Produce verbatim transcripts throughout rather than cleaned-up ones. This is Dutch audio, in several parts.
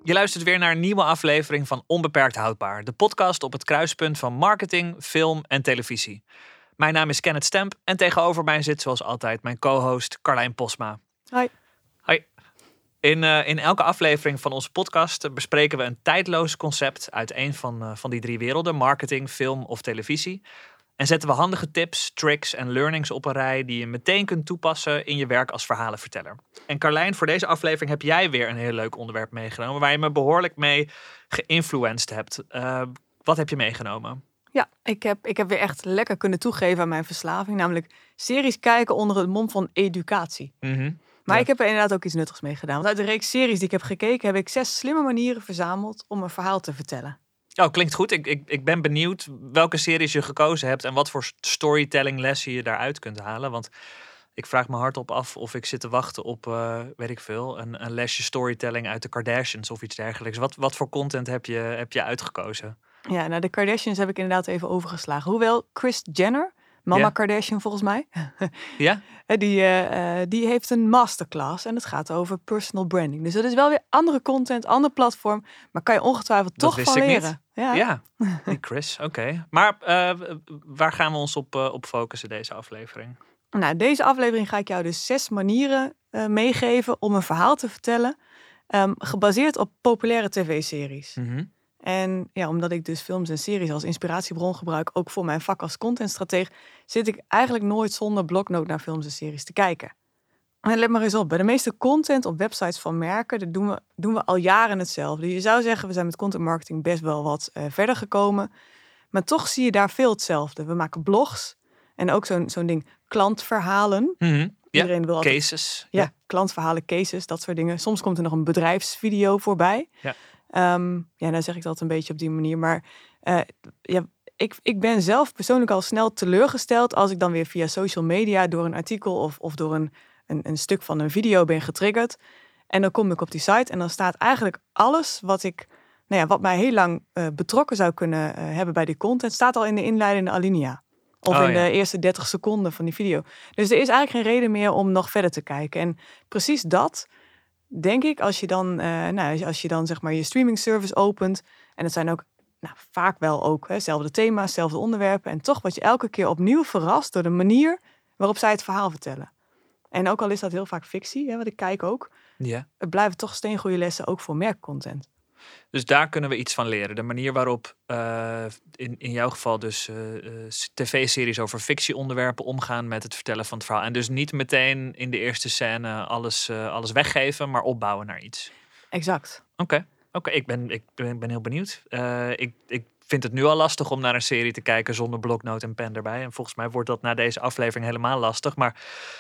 Je luistert weer naar een nieuwe aflevering van Onbeperkt Houdbaar. De podcast op het kruispunt van marketing, film en televisie. Mijn naam is Kenneth Stemp en tegenover mij zit zoals altijd mijn co-host Carlijn Posma. Hoi. Hoi. In, uh, in elke aflevering van onze podcast bespreken we een tijdloos concept uit een van, uh, van die drie werelden. Marketing, film of televisie. En zetten we handige tips, tricks en learnings op een rij die je meteen kunt toepassen in je werk als verhalenverteller. En Carlijn, voor deze aflevering heb jij weer een heel leuk onderwerp meegenomen waar je me behoorlijk mee geïnfluenced hebt. Uh, wat heb je meegenomen? Ja, ik heb, ik heb weer echt lekker kunnen toegeven aan mijn verslaving. Namelijk series kijken onder het mom van educatie. Mm-hmm. Maar Ja. ik heb er inderdaad ook iets nuttigs mee gedaan. Want uit de reeks series die ik heb gekeken heb ik zes slimme manieren verzameld om een verhaal te vertellen. Oh, klinkt goed. Ik, ik, ik ben benieuwd welke series je gekozen hebt en wat voor storytelling lessen je daaruit kunt halen. Want ik vraag me hardop af of ik zit te wachten op, uh, weet ik veel, een, een lesje storytelling uit de Kardashians of iets dergelijks. Wat, wat voor content heb je, heb je uitgekozen? Ja, nou de Kardashians heb ik inderdaad even overgeslagen. Hoewel Kris Jenner, mama Ja. Kardashian volgens mij, Ja? die, uh, die heeft een masterclass en het gaat over personal branding. Dus dat is wel weer andere content, ander platform, maar kan je ongetwijfeld Dat toch wist van ik leren. niet. Ja. Ja, die Chris. Oké. Okay. Maar uh, waar gaan we ons op, uh, op focussen deze aflevering? Nou, deze aflevering ga ik jou dus zes manieren uh, meegeven om een verhaal te vertellen, um, gebaseerd op populaire tv-series. Mm-hmm. En ja, omdat ik dus films en series als inspiratiebron gebruik, ook voor mijn vak als contentstrateeg, zit ik eigenlijk nooit zonder bloknoot naar films en series te kijken. En let maar eens op, bij de meeste content op websites van merken, dat doen we, doen we al jaren hetzelfde. Je zou zeggen, we zijn met content marketing best wel wat uh, verder gekomen, maar toch zie je daar veel hetzelfde. We maken blogs en ook zo'n, zo'n ding, klantverhalen. Mm-hmm. Iedereen ja, wil altijd, cases. Ja, Ja, klantverhalen, cases, dat soort dingen. Soms komt er nog een bedrijfsvideo voorbij. Ja. Um, ja, dan zeg ik dat een beetje op die manier. Maar uh, ja, ik, ik ben zelf persoonlijk al snel teleurgesteld als ik dan weer via social media door een artikel of, of door een, een, een stuk van een video ben getriggerd. En dan kom ik op die site en dan staat eigenlijk alles wat ik, nou ja, wat mij heel lang uh, betrokken zou kunnen uh, hebben bij die content, staat al in de inleidende alinea. Of Oh, in ja. de eerste dertig seconden van die video. Dus er is eigenlijk geen reden meer om nog verder te kijken. En precies dat, denk ik, als je dan, uh, nou, als je dan zeg maar je streaming service opent. En het zijn ook nou, vaak wel ook hè, zelfde thema's, zelfde onderwerpen. En toch word je elke keer opnieuw verrast door de manier waarop zij het verhaal vertellen. En ook al is dat heel vaak fictie, hè, wat ik kijk ook. Ja. Het blijven toch steengoede lessen ook voor merkcontent. Dus daar kunnen we iets van leren. De manier waarop uh, in, in jouw geval dus uh, uh, tv-series over fictieonderwerpen omgaan met het vertellen van het verhaal. En dus niet meteen in de eerste scène alles, uh, alles weggeven, maar opbouwen naar iets. Exact. Oké, okay. okay. ik, ben, ik ben, ben heel benieuwd. Uh, ik, ik vind het nu al lastig om naar een serie te kijken zonder bloknoot en pen erbij. En volgens mij wordt dat na deze aflevering helemaal lastig. Maar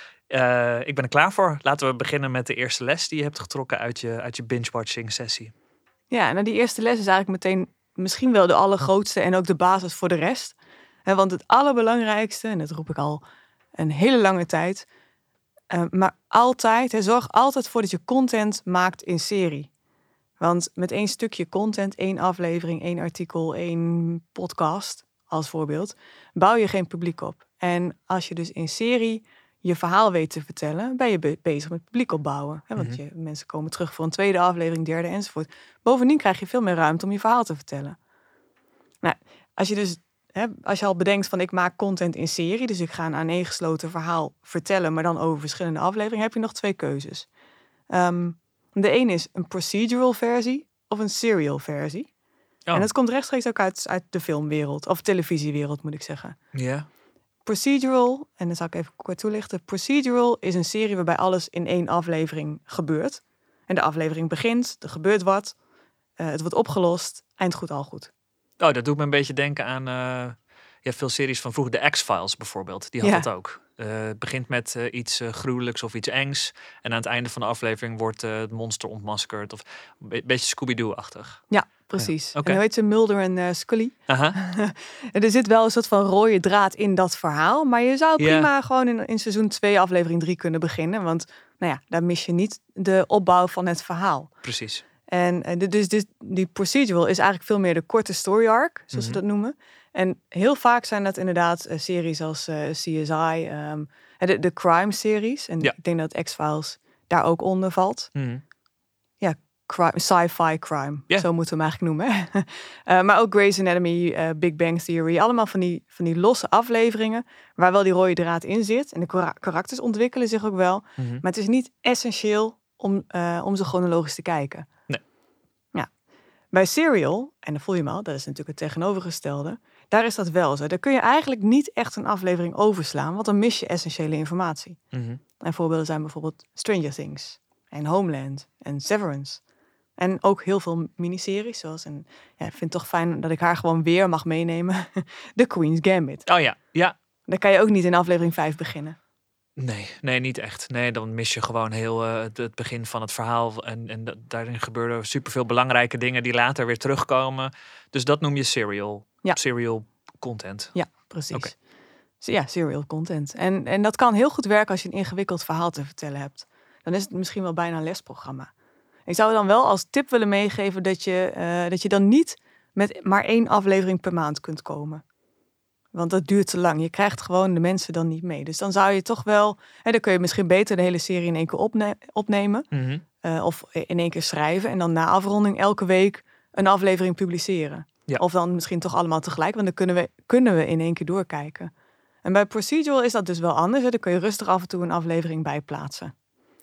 uh, ik ben er klaar voor. Laten we beginnen met de eerste les die je hebt getrokken uit je, uit je binge-watching sessie. Ja, nou die eerste les is eigenlijk meteen misschien wel de allergrootste en ook de basis voor de rest. He, want het allerbelangrijkste, en dat roep ik al een hele lange tijd, uh, maar altijd, he, zorg altijd voor dat je content maakt in serie. Want met één stukje content, één aflevering, één artikel, één podcast als voorbeeld, bouw je geen publiek op. En als je dus in serie je verhaal weet te vertellen, ben je be- bezig met publiek opbouwen. Hè? Want Mm-hmm. je, mensen komen terug voor een tweede aflevering, derde enzovoort. Bovendien krijg je veel meer ruimte om je verhaal te vertellen. Nou, als je dus, hè, als je al bedenkt van ik maak content in serie, dus ik ga een aaneengesloten verhaal vertellen, maar dan over verschillende afleveringen, heb je nog twee keuzes. Um, de een is een procedural versie of een serial versie. Oh. En dat komt rechtstreeks ook uit, uit de filmwereld, of televisiewereld moet ik zeggen. Ja. Procedural, en dat zal ik even kort toelichten. Procedural is een serie waarbij alles in één aflevering gebeurt. En de aflevering begint, er gebeurt wat, uh, het wordt opgelost, eind goed al goed. Oh, dat doet me een beetje denken aan uh, ja, veel series van vroeger. De X-Files bijvoorbeeld, die had Ja. dat ook. Uh, het begint met uh, iets uh, gruwelijks of iets engs. En aan het einde van de aflevering wordt uh, het monster ontmaskerd. Of een be- beetje Scooby-Doo-achtig. Ja, precies. Ja. Okay. En hoe heet ze? Mulder en uh, Scully. Aha. En er zit wel een soort van rode draad in dat verhaal. Maar je zou prima Ja. gewoon in, in seizoen twee, aflevering drie kunnen beginnen. Want nou ja, daar mis je niet de opbouw van het verhaal. Precies. En uh, dus dit, die procedural is eigenlijk veel meer de korte story arc, zoals Mm-hmm. ze dat noemen. En heel vaak zijn dat inderdaad uh, series als uh, C S I, um, de, de crime series. En Ja. ik denk dat X-Files daar ook onder valt. Mm-hmm. crime, sci-fi crime. Ja. Zo moeten we hem eigenlijk noemen. Hè? uh, maar ook Grey's Anatomy, uh, Big Bang Theory. Allemaal van die, van die losse afleveringen waar wel die rode draad in zit. En de kara- karakters ontwikkelen zich ook wel. Mm-hmm. Maar het is niet essentieel om, uh, om ze chronologisch te kijken. Nee. Ja. Bij Serial, en dan voel je me al, dat is natuurlijk het tegenovergestelde. Daar is dat wel zo. Daar kun je eigenlijk niet echt een aflevering overslaan. Want dan mis je essentiële informatie. Mm-hmm. En voorbeelden zijn bijvoorbeeld Stranger Things. En Homeland. En Severance. En ook heel veel miniseries. Zoals, en ja, ik vind het toch fijn dat ik haar gewoon weer mag meenemen. The Queen's Gambit. Oh ja, ja. Dan kan je ook niet in aflevering vijf beginnen. Nee, nee, niet echt. Nee, dan mis je gewoon heel uh, het, het begin van het verhaal. En, en dat, daarin gebeuren superveel belangrijke dingen die later weer terugkomen. Dus dat noem je serial. Ja. Serial content. Ja, precies. Okay. Ja, serial content. En, en dat kan heel goed werken als je een ingewikkeld verhaal te vertellen hebt. Dan is het misschien wel bijna een lesprogramma. Ik zou dan wel als tip willen meegeven dat je, uh, dat je dan niet met maar één aflevering per maand kunt komen. Want dat duurt te lang. Je krijgt gewoon de mensen dan niet mee. Dus dan zou je toch wel... Hè, dan kun je misschien beter de hele serie in één keer opne- opnemen. Mm-hmm. Uh, of in één keer schrijven. En dan na afronding elke week een aflevering publiceren. Ja. Of dan misschien toch allemaal tegelijk. Want dan kunnen we, kunnen we in één keer doorkijken. En bij procedural is dat dus wel anders. Hè. Dan kun je rustig af en toe een aflevering bijplaatsen.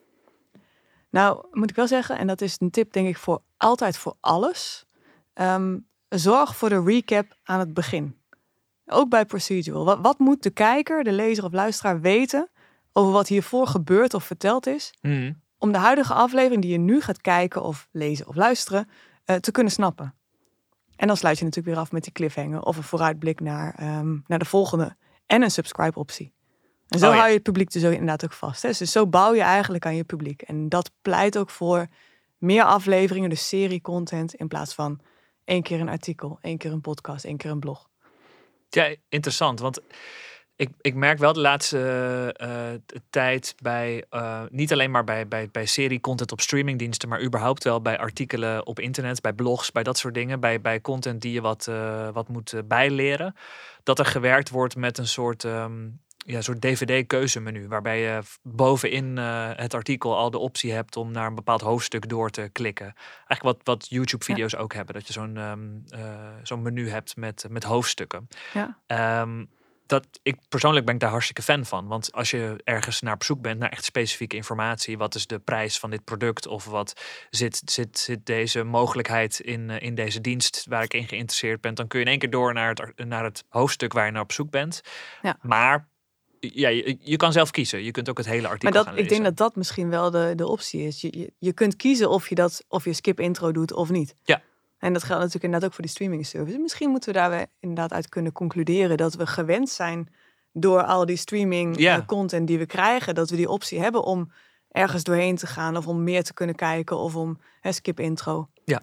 Nou, moet ik wel zeggen, en dat is een tip denk ik voor altijd voor alles. Um, zorg voor de recap aan het begin. Ook bij procedural. Wat, wat moet de kijker, de lezer of luisteraar weten over wat hiervoor gebeurd of verteld is, Mm. om de huidige aflevering die je nu gaat kijken of lezen of luisteren, uh, te kunnen snappen. En dan sluit je natuurlijk weer af met die cliffhanger of een vooruitblik naar, um, naar de volgende en een subscribe optie. En zo oh, ja. hou je het publiek dus ook inderdaad ook vast. Hè? Dus zo bouw je eigenlijk aan je publiek. En dat pleit ook voor meer afleveringen, dus serie-content, in plaats van één keer een artikel, één keer een podcast, één keer een blog. Ja, interessant. Want ik, ik merk wel de laatste uh, tijd bij, uh, niet alleen maar bij, bij, bij serie-content op streamingdiensten, maar überhaupt wel bij artikelen op internet, bij blogs, bij dat soort dingen, bij, bij content die je wat, uh, wat moet uh, bijleren, dat er gewerkt wordt met een soort... Um, Ja, een soort D V D-keuzemenu, waarbij je bovenin uh, het artikel al de optie hebt om naar een bepaald hoofdstuk door te klikken. Eigenlijk wat, wat YouTube-video's ja. ook hebben, dat je zo'n, um, uh, zo'n menu hebt met, met hoofdstukken. Ja. Um, dat, ik persoonlijk ben ik daar hartstikke fan van, want als je ergens naar op zoek bent naar echt specifieke informatie, wat is de prijs van dit product of wat zit, zit, zit deze mogelijkheid in, uh, in deze dienst waar ik in geïnteresseerd ben, dan kun je in één keer door naar het, naar het hoofdstuk waar je naar op zoek bent. Ja. Maar ja, je, je kan zelf kiezen. Je kunt ook het hele artikel maar dat, gaan lezen. Ik denk dat dat misschien wel de, de optie is. Je, je, je kunt kiezen of je, dat, of je skip intro doet of niet. Ja. En dat geldt natuurlijk inderdaad ook voor die streaming service. Misschien moeten we daar inderdaad uit kunnen concluderen dat we gewend zijn door al die streaming ja. uh, content die we krijgen, dat we die optie hebben om ergens doorheen te gaan of om meer te kunnen kijken of om hè, skip intro. Ja.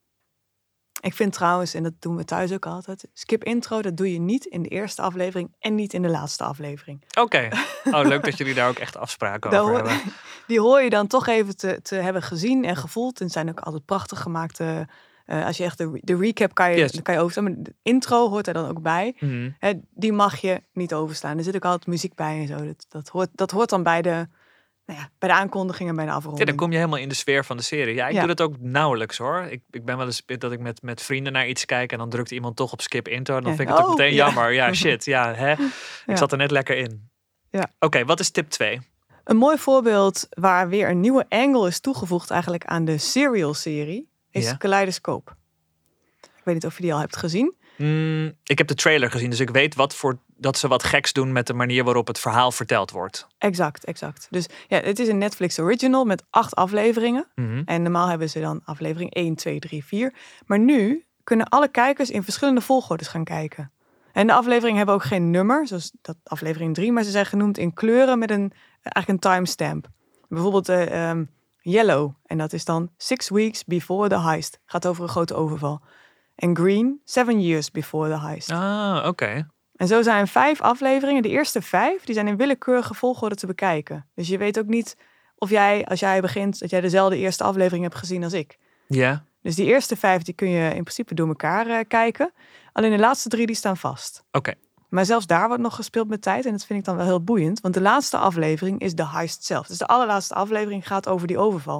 Ik vind trouwens, en dat doen we thuis ook altijd, skip intro, dat doe je niet in de eerste aflevering en niet in de laatste aflevering. Oké. Okay. Oh, leuk dat jullie daar ook echt afspraken over hoor, hebben. Die hoor je dan toch even te, te hebben gezien en gevoeld. En het zijn ook altijd prachtig gemaakte... Uh, als je echt de, de recap kan je, yes. kan je overstaan. Maar de intro hoort er dan ook bij. Mm-hmm. Hè, die mag je niet overslaan. Er zit ook altijd muziek bij en zo. Dat, dat, hoort, dat hoort dan bij de... Nou ja, bij de aankondiging en bij de afronding. Ja, dan kom je helemaal in de sfeer van de serie. Ja, ik ja. doe dat ook nauwelijks hoor. Ik, ik ben wel eens dat ik met, met vrienden naar iets kijk en dan drukt iemand toch op skip intro. Dan ja. vind ik het oh, ook meteen ja. jammer. Ja, shit. Ja, hè? Ik ja. zat er net lekker in. Ja. Oké, okay, wat is tip twee? Een mooi voorbeeld waar weer een nieuwe angle is toegevoegd eigenlijk aan de Serial-serie is ja. Kaleidoscoop. Ik weet niet of je die al hebt gezien. Mm, ik heb de trailer gezien, dus ik weet wat voor, dat ze wat geks doen met de manier waarop het verhaal verteld wordt. Exact, exact. Dus ja, het is een Netflix original met acht afleveringen. Mm-hmm. En normaal hebben ze dan aflevering één, twee, drie, vier. Maar nu kunnen alle kijkers in verschillende volgordes gaan kijken. En de afleveringen hebben ook geen nummer, zoals dat aflevering drie. Maar ze zijn genoemd in kleuren met een, eigenlijk een timestamp. Bijvoorbeeld uh, um, yellow. En dat is dan six weeks before the heist. Gaat over een grote overval. En green, seven years before the heist. Ah, oké. Okay. En zo zijn vijf afleveringen. De eerste vijf, die zijn in willekeurige volgorde te bekijken. Dus je weet ook niet of jij, als jij begint, dat jij dezelfde eerste aflevering hebt gezien als ik. Ja. Yeah. Dus die eerste vijf, die kun je in principe door elkaar uh, kijken. Alleen de laatste drie, die staan vast. Oké. Okay. Maar zelfs daar wordt nog gespeeld met tijd. En dat vind ik dan wel heel boeiend. Want de laatste aflevering is de heist zelf. Dus de allerlaatste aflevering gaat over die overval.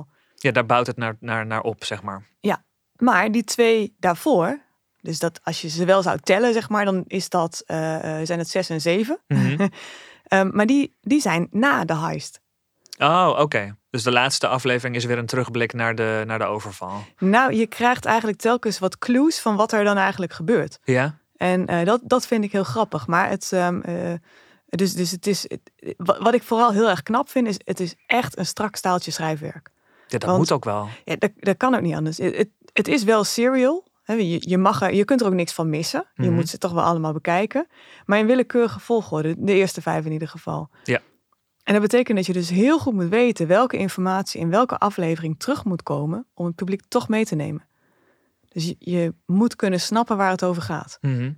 Ja, daar bouwt het naar, naar, naar op, zeg maar. Ja, maar die twee daarvoor, dus dat als je ze wel zou tellen, zeg maar, dan is dat, uh, zijn het zes en zeven. Mm-hmm. um, maar die, die zijn na de heist. Oh, oké. Okay. Dus de laatste aflevering is weer een terugblik naar de, naar de overval. Nou, je krijgt eigenlijk telkens wat clues van wat er dan eigenlijk gebeurt. Ja? En uh, dat, dat vind ik heel grappig. Maar het, um, uh, dus, dus het is, het, wat ik vooral heel erg knap vind, is het is echt een strak staaltje schrijfwerk. Ja, dat Want, moet ook wel. Ja, dat, dat kan ook niet anders. Het, het, het is wel serial. Hè, je, je, mag er, je kunt er ook niks van missen. Je Mm-hmm. moet ze toch wel allemaal bekijken. Maar in willekeurige volgorde, de eerste vijf in ieder geval. Ja. En dat betekent dat je dus heel goed moet weten welke informatie in welke aflevering terug moet komen om het publiek toch mee te nemen. Dus je, je moet kunnen snappen waar het over gaat. Mm-hmm.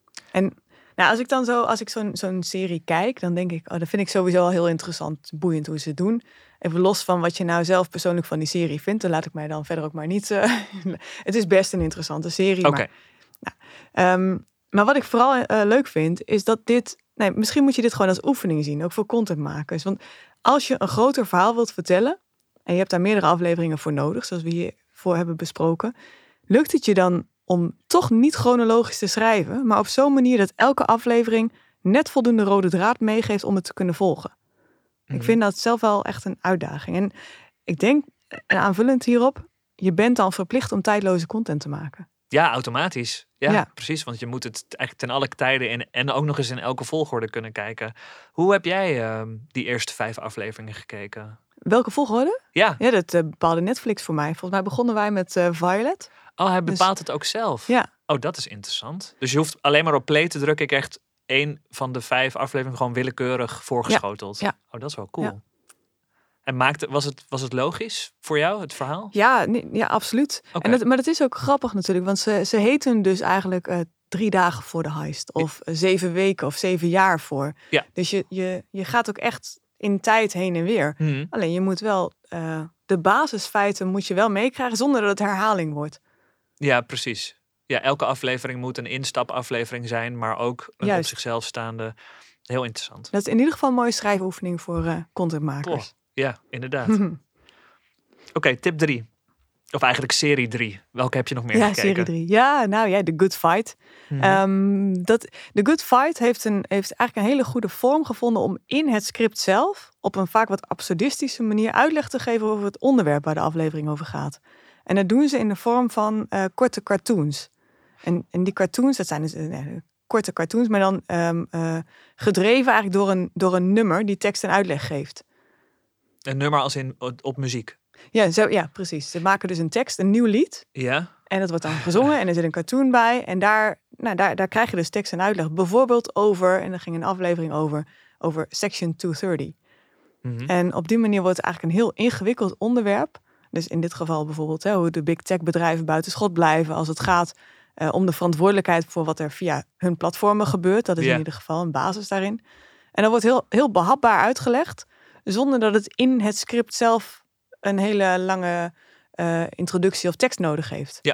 En nou, als ik dan zo, als ik zo'n, zo'n serie kijk, dan denk ik, oh, dat vind ik sowieso al heel interessant, boeiend hoe ze het doen. Even los van wat je nou zelf persoonlijk van die serie vindt, dan laat ik mij dan verder ook maar niet. Uh, het is best een interessante serie. Oké. Okay. Maar, nou, um, maar wat ik vooral uh, leuk vind, is dat dit. Nee, misschien moet je dit gewoon als oefening zien, ook voor contentmakers. Want als je een groter verhaal wilt vertellen, en je hebt daar meerdere afleveringen voor nodig, zoals we hiervoor hebben besproken, lukt het je dan om toch niet chronologisch te schrijven, maar op zo'n manier dat elke aflevering net voldoende rode draad meegeeft om het te kunnen volgen. Mm-hmm. Ik vind dat zelf wel echt een uitdaging. En ik denk, en aanvullend hierop, je bent dan verplicht om tijdloze content te maken. Ja, automatisch. Ja, ja, precies. Want je moet het eigenlijk ten alle tijden in, en ook nog eens in elke volgorde kunnen kijken. Hoe heb jij uh, die eerste vijf afleveringen gekeken? Welke volgorde? Ja. Ja, dat uh, bepaalde Netflix voor mij. Volgens mij begonnen wij met uh, Violet. Oh, hij bepaalt dus het ook zelf? Ja. Oh, dat is interessant. Dus je hoeft alleen maar op play te drukken. Ik krijg één van de vijf afleveringen gewoon willekeurig voorgeschoteld. Ja. Ja. Oh, dat is wel cool. Ja. En maakte, was, het, was het logisch voor jou, het verhaal? Ja, nee, ja absoluut. Okay. En dat, maar dat is ook grappig natuurlijk. Want ze, ze heten dus eigenlijk uh, drie dagen voor de heist. Of uh, zeven weken of zeven jaar voor. Ja. Dus je, je, je gaat ook echt in tijd heen en weer. Mm-hmm. Alleen je moet wel, uh, de basisfeiten moet je wel meekrijgen zonder dat het herhaling wordt. Ja, precies. Ja, elke aflevering moet een instapaflevering zijn, maar ook een Juist. op zichzelf staande. Heel interessant. Dat is in ieder geval een mooie schrijfoefening voor uh, contentmakers. Oh, ja, inderdaad. Oké, okay, tip drie. Of eigenlijk serie drie. Welke heb je nog meer ja, gekeken? Ja, serie drie. Ja, nou ja, The Good Fight. Mm-hmm. Um, dat, The Good Fight heeft, een, heeft eigenlijk een hele goede vorm gevonden om in het script zelf op een vaak wat absurdistische manier uitleg te geven over het onderwerp waar de aflevering over gaat. En dat doen ze in de vorm van uh, korte cartoons. En, en die cartoons, dat zijn dus uh, korte cartoons, maar dan um, uh, gedreven eigenlijk door een, door een nummer die tekst en uitleg geeft. Een nummer als in op muziek? Ja, zo, ja, precies. Ze maken dus een tekst, een nieuw lied. Ja. En dat wordt dan gezongen en er zit een cartoon bij. En daar, nou, daar, daar krijg je dus tekst en uitleg. Bijvoorbeeld over, en er ging een aflevering over, over Section tweehonderddertig. Mm-hmm. En op die manier wordt het eigenlijk een heel ingewikkeld onderwerp. Dus in dit geval bijvoorbeeld hè, hoe de big tech bedrijven buiten schot blijven als het gaat uh, om de verantwoordelijkheid voor wat er via hun platformen gebeurt. Dat is yeah. in ieder geval een basis daarin. En dat wordt heel, heel behapbaar uitgelegd, zonder dat het in het script zelf een hele lange uh, introductie of tekst nodig heeft. Ja.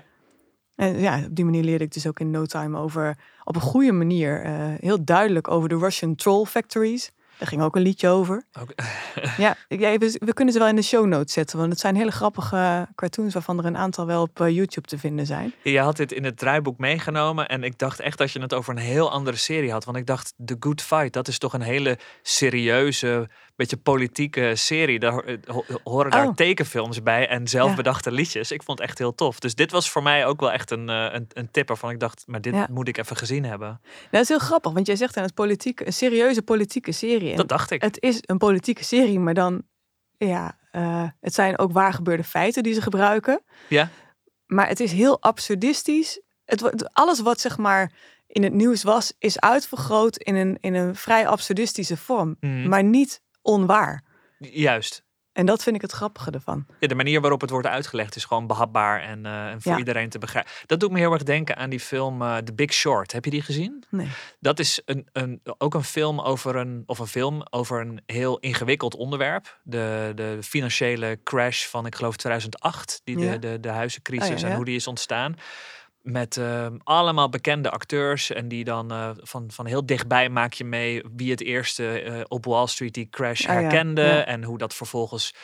En ja, op die manier leerde ik dus ook in no time over, op een goede manier, uh, heel duidelijk over de Russian troll factories. Daar ging ook een liedje over. Okay. ja, ja, we, we kunnen ze wel in de show notes zetten, want het zijn hele grappige cartoons waarvan er een aantal wel op uh, YouTube te vinden zijn. Je had dit in het draaiboek meegenomen en ik dacht echt dat je het over een heel andere serie had. Want ik dacht, The Good Fight, dat is toch een hele serieuze, beetje politieke serie. Daar horen daar oh. tekenfilms bij en zelfbedachte ja. liedjes. Ik vond het echt heel tof. Dus dit was voor mij ook wel echt een, een, een tip waarvan ik dacht, maar dit ja. moet ik even gezien hebben. Nou, dat is heel grappig, want jij zegt aan het politiek, een serieuze politieke serie. En dat dacht ik. Het is een politieke serie, maar dan, ja, uh, het zijn ook waar gebeurde feiten die ze gebruiken. Ja. Maar het is heel absurdistisch. Het, alles wat zeg maar in het nieuws was, is uitvergroot in een, in een vrij absurdistische vorm. Mm. Maar niet onwaar. Juist. En dat vind ik het grappige ervan. Ja, de manier waarop het wordt uitgelegd is gewoon behapbaar en, uh, en voor ja. iedereen te begrijpen. Dat doet me heel erg denken aan die film uh, The Big Short. Heb je die gezien? Nee. Dat is een, een, ook een film over een, of een film over een heel ingewikkeld onderwerp. De, de financiële crash van, ik geloof, tweeduizend acht. Die ja. de, de, de huizencrisis oh, ja, ja. en hoe die is ontstaan. Met uh, allemaal bekende acteurs. En die dan uh, van, van heel dichtbij maak je mee wie het eerste uh, op Wall Street die crash herkende. Ah, ja. Ja. En hoe dat vervolgens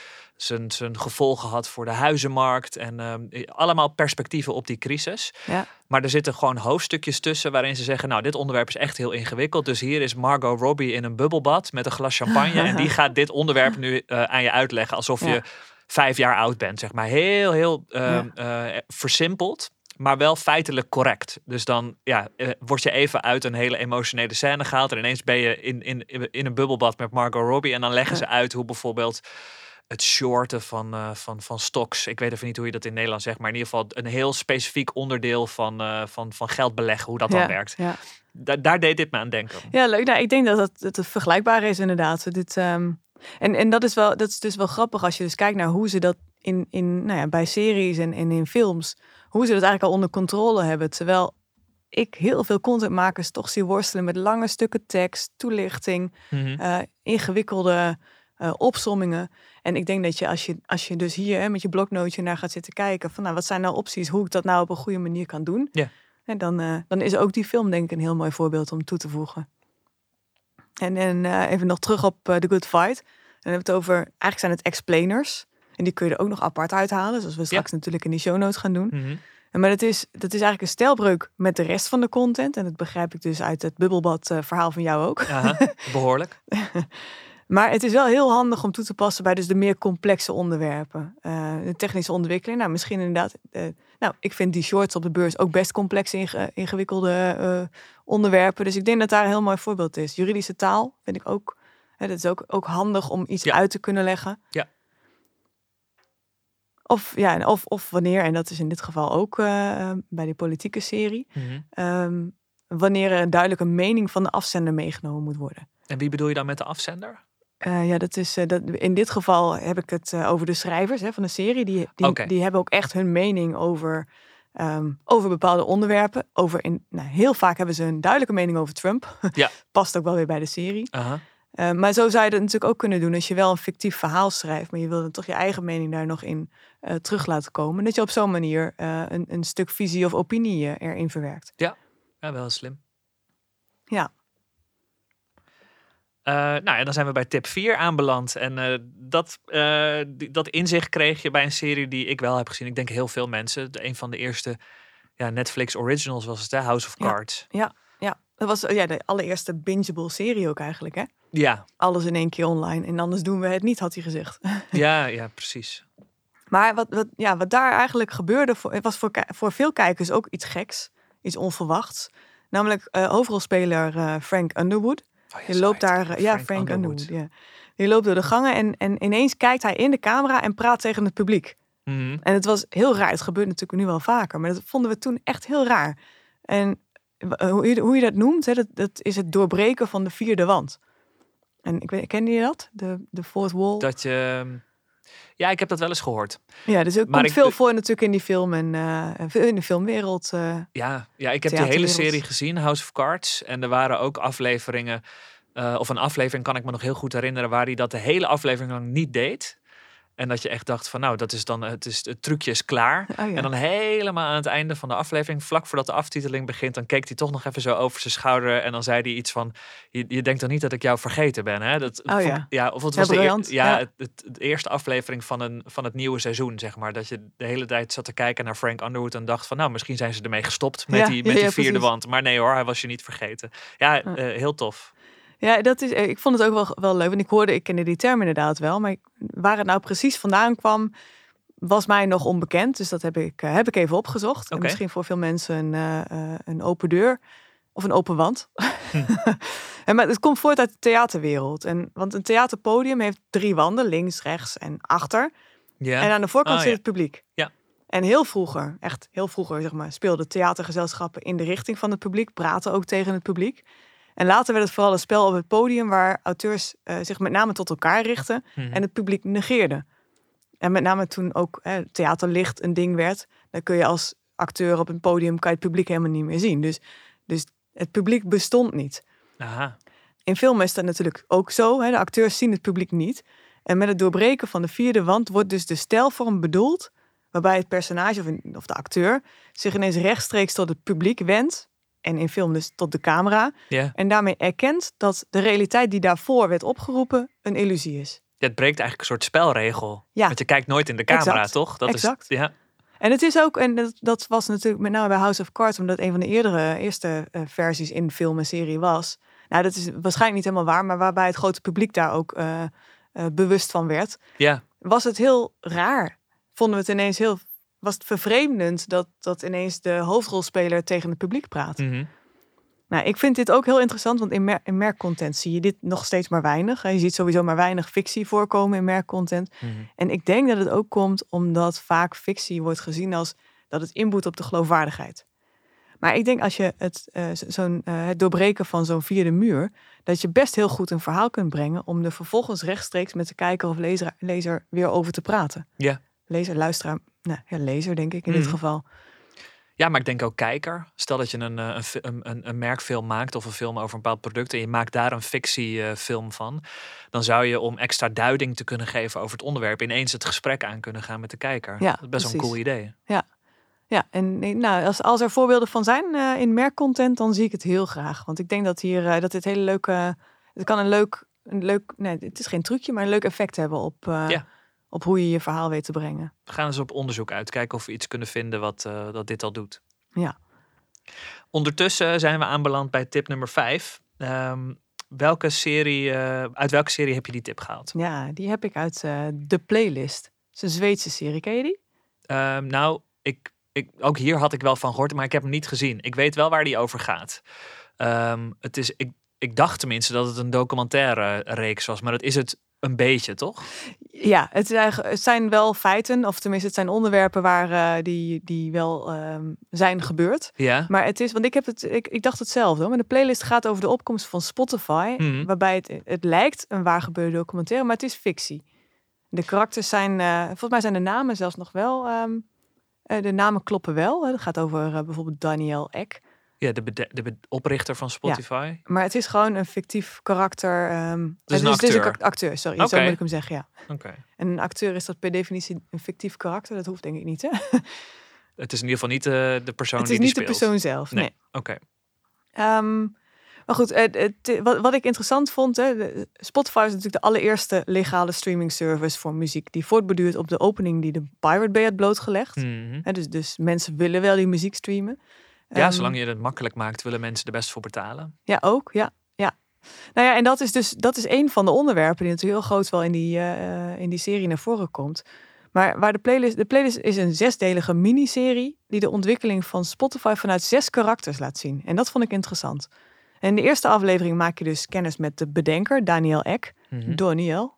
zijn, zijn gevolgen had voor de huizenmarkt. En uh, allemaal perspectieven op die crisis. Ja. Maar er zitten gewoon hoofdstukjes tussen waarin ze zeggen, nou, dit onderwerp is echt heel ingewikkeld. Dus hier is Margot Robbie in een bubbelbad met een glas champagne. En die gaat dit onderwerp nu uh, aan je uitleggen alsof ja. je vijf jaar oud bent, zeg maar. Heel, heel uh, ja. uh, versimpeld. Maar wel feitelijk correct. Dus dan ja, uh, word je even uit een hele emotionele scène gehaald. En ineens ben je in, in, in een bubbelbad met Margot Robbie. En dan leggen ze uit hoe bijvoorbeeld het shorten van, uh, van, van stocks. Ik weet even niet hoe je dat in Nederland zegt. Maar in ieder geval een heel specifiek onderdeel van, uh, van, van geld beleggen. Hoe dat ja, dan werkt. Ja. Da- daar deed dit me aan denken. Ja, leuk. Nou, ik denk dat het, dat het vergelijkbaar is inderdaad. Dit, um, en en dat, is wel, dat is dus wel grappig als je dus kijkt naar hoe ze dat in, in, nou ja, bij series en, en in films... hoe ze dat eigenlijk al onder controle hebben. Terwijl ik heel veel contentmakers toch zie worstelen met lange stukken tekst, toelichting, mm-hmm. uh, ingewikkelde uh, opsommingen. En ik denk dat je als je, als je dus hier hè, met je bloknootje naar gaat zitten kijken van nou, wat zijn nou opties, hoe ik dat nou op een goede manier kan doen. Yeah. En dan, uh, dan is ook die film denk ik een heel mooi voorbeeld om toe te voegen. En, en uh, even nog terug op uh, The Good Fight. Dan hebben we het over, eigenlijk zijn het explainers. En die kun je er ook nog apart uithalen. Zoals we straks ja. natuurlijk in die show notes gaan doen. Mm-hmm. Maar dat is, dat is eigenlijk een stijlbreuk met de rest van de content. En dat begrijp ik dus uit het bubbelbad uh, verhaal van jou ook. Aha, behoorlijk. Maar het is wel heel handig om toe te passen bij dus de meer complexe onderwerpen. Uh, de technische ontwikkeling. Nou, misschien inderdaad. Uh, nou, ik vind die shorts op de beurs ook best complex inge- ingewikkelde uh, onderwerpen. Dus ik denk dat daar een heel mooi voorbeeld is. Juridische taal vind ik ook. Hè, dat is ook, ook handig om iets ja. uit te kunnen leggen. Ja. Of, ja, of, of wanneer, en dat is in dit geval ook uh, bij die politieke serie, mm-hmm. um, wanneer er duidelijk een mening van de afzender meegenomen moet worden. En wie bedoel je dan met de afzender? Uh, ja, dat is, uh, dat, in dit geval heb ik het uh, over de schrijvers hè, van de serie. Die, die, okay. die hebben ook echt hun mening over, um, over bepaalde onderwerpen. Over in, nou, heel vaak hebben ze een duidelijke mening over Trump. Ja. Past ook wel weer bij de serie. Uh-huh. Uh, maar zo zou je dat natuurlijk ook kunnen doen als je wel een fictief verhaal schrijft, maar je wil dan toch je eigen mening daar nog in uh, terug laten komen. Dat je op zo'n manier uh, een, een stuk visie of opinie uh, erin verwerkt. Ja, ja, wel slim. Ja. Uh, nou ja, dan zijn we bij tip vier aanbeland. En uh, dat, uh, die, dat inzicht kreeg je bij een serie die ik wel heb gezien. Ik denk heel veel mensen. De, een van de eerste ja, Netflix originals was het, hè? House of Cards. Ja, ja, ja. Dat was ja, de allereerste bingeable serie ook eigenlijk, hè? Ja. Alles in één keer online. En anders doen we het niet, had hij gezegd. Ja, ja, precies. Maar wat, wat, ja, wat daar eigenlijk gebeurde, voor, was voor, voor veel kijkers ook iets geks. Iets onverwachts. Namelijk uh, hoofdrolspeler uh, Frank Underwood. Oh, ja, die loopt daar, uh, Frank ja, Frank Underwood. Underwood. Ja. Die loopt door de gangen en, en ineens kijkt hij in de camera en praat tegen het publiek. Mm-hmm. En het was heel raar. Het gebeurt natuurlijk nu wel vaker. Maar dat vonden we toen echt heel raar. En hoe je, hoe je dat noemt, hè, dat, dat is het doorbreken van de vierde wand. En ik weet, kende je dat? De, de fourth wall? Dat je... Ja, ik heb dat wel eens gehoord. Ja, dus er komt ik, veel voor natuurlijk in die film en uh, in de filmwereld. Uh, ja, ja, ik heb die hele serie gezien, House of Cards. En er waren ook afleveringen, uh, of een aflevering kan ik me nog heel goed herinneren, waar hij dat de hele aflevering lang niet deed. En dat je echt dacht van nou, dat is dan het, is, het trucje is klaar. Oh, ja. En dan helemaal aan het einde van de aflevering, vlak voordat de aftiteling begint, dan keek hij toch nog even zo over zijn schouder. En dan zei hij iets van, je, je denkt toch niet dat ik jou vergeten ben, hè? Dat, oh, ja. ja, of het was de, ja, ja, het, het, het eerste aflevering van, een, van het nieuwe seizoen, zeg maar. Dat je de hele tijd zat te kijken naar Frank Underwood en dacht van nou, misschien zijn ze ermee gestopt met ja, die, met ja, die vierde precies. wand. Maar nee hoor, hij was je niet vergeten. Ja, ja. Uh, heel tof. Ja, dat is, ik vond het ook wel, wel leuk. En ik hoorde, ik kende die term inderdaad wel. Maar waar het nou precies vandaan kwam, was mij nog onbekend. Dus dat heb ik, uh, heb ik even opgezocht. Okay. En misschien voor veel mensen een, uh, een open deur. Of een open wand. Hm. en, maar het komt voort uit de theaterwereld. En, want een theaterpodium heeft drie wanden. Links, rechts en achter. Yeah. En aan de voorkant oh, zit ja. het publiek. Ja. En heel vroeger, echt heel vroeger zeg maar, speelden theatergezelschappen in de richting van het publiek. Praten ook tegen het publiek. En later werd het vooral een spel op het podium waar auteurs uh, zich met name tot elkaar richten hmm. en het publiek negeerden. En met name toen ook eh, theaterlicht een ding werd, dan kun je als acteur op een podium kan je het publiek helemaal niet meer zien. Dus, dus het publiek bestond niet. Aha. In film is dat natuurlijk ook zo. Hè, de acteurs zien het publiek niet. En met het doorbreken van de vierde wand wordt dus de stijlvorm bedoeld, waarbij het personage of, een, of de acteur zich ineens rechtstreeks tot het publiek wendt. En in film dus tot de camera. Yeah. En daarmee erkent dat de realiteit die daarvoor werd opgeroepen een illusie is. het breekt eigenlijk een soort spelregel. Ja. Want je kijkt nooit in de camera, Exact. toch? Dat Exact. Is, ja. En het is ook, en dat, dat was natuurlijk met name bij House of Cards, omdat een van de eerdere eerste uh, versies in film en serie was. Nou, dat is waarschijnlijk niet helemaal waar, maar waarbij het grote publiek daar ook uh, uh, bewust van werd. Ja. Was het heel raar. Vonden we het ineens heel, was het vervreemdend dat, dat ineens de hoofdrolspeler tegen het publiek praat. Mm-hmm. Nou, ik vind dit ook heel interessant, want in, mer- in merkcontent zie je dit nog steeds maar weinig. Je ziet sowieso maar weinig fictie voorkomen in merkcontent. Mm-hmm. En ik denk dat het ook komt omdat vaak fictie wordt gezien als dat het inboet op de geloofwaardigheid. Maar ik denk als je het, uh, zo'n, uh, het doorbreken van zo'n vierde muur, dat je best heel goed een verhaal kunt brengen om er vervolgens rechtstreeks met de kijker of lezer, lezer weer over te praten. Ja. Lezer, luisteraar, nou ja, lezer denk ik in Mm-hmm. dit geval. Ja, maar ik denk ook kijker. Stel dat je een, een, een, een merkfilm maakt of een film over een bepaald product en je maakt daar een fictiefilm van, dan zou je om extra duiding te kunnen geven over het onderwerp ineens het gesprek aan kunnen gaan met de kijker. Ja, dat is best wel een cool idee. Ja, ja en nou, als, als er voorbeelden van zijn uh, in merkcontent, dan zie ik het heel graag. Want ik denk dat hier uh, dat dit hele leuke, het kan een leuk, een leuk, nee, het is geen trucje, maar een leuk effect hebben op. Uh, ja. Op hoe je je verhaal weet te brengen. We gaan eens op onderzoek uit. Kijken of we iets kunnen vinden wat uh, dat dit al doet. Ja. Ondertussen zijn we aanbeland bij tip nummer vijf. Um, welke serie, uh, uit welke serie heb je die tip gehaald? Ja, die heb ik uit uh, The Playlist. Het is een Zweedse serie. Ken je die? Um, nou, ik, ik, ook hier had ik wel van gehoord, maar ik heb hem niet gezien. Ik weet wel waar die over gaat. Um, het is, ik, ik dacht tenminste dat het een documentaire reeks was, maar dat is het een beetje, toch? Ja, het, het zijn wel feiten, of tenminste het zijn onderwerpen waar uh, die, die wel um, zijn gebeurd. Ja. Maar het is, want ik heb het, ik, ik dacht hetzelfde hoor. Maar de playlist gaat over de opkomst van Spotify, mm-hmm. waarbij het, het lijkt een waar gebeurde documentaire, maar het is fictie. De karakters zijn, uh, volgens mij zijn de namen zelfs nog wel, um, uh, de namen kloppen wel. Hè. Het gaat over uh, bijvoorbeeld Daniel Ek. Ja, de, bede- de be- oprichter van Spotify. Ja, maar het is gewoon een fictief karakter. Um, dus het een is dus acteur. een acteur, sorry. Okay. Zo moet ik hem zeggen, ja. Okay. En een acteur is dat per definitie een fictief karakter? Dat hoeft denk ik niet, hè? Het is in ieder geval niet uh, de persoon het die die is niet speelt. de persoon zelf, nee. nee. Oké. Okay. Um, maar goed, het, het, wat, wat ik interessant vond... Hè, de, Spotify is natuurlijk de allereerste legale streaming service voor muziek... die voortborduurt op de opening die de Pirate Bay had blootgelegd. Mm-hmm. Hè, dus, dus mensen willen wel die muziek streamen. Ja, um, zolang je het makkelijk maakt, willen mensen er best voor betalen. Ja, ook, ja. ja. Nou ja, en dat is dus dat is een van de onderwerpen... die natuurlijk heel groot wel in die, uh, in die serie naar voren komt... Maar waar de playlist, de playlist is een zesdelige miniserie die de ontwikkeling van Spotify vanuit zes karakters laat zien. En dat vond ik interessant. En in de eerste aflevering maak je dus kennis met de bedenker, Daniel Ek. Mm-hmm. Daniel.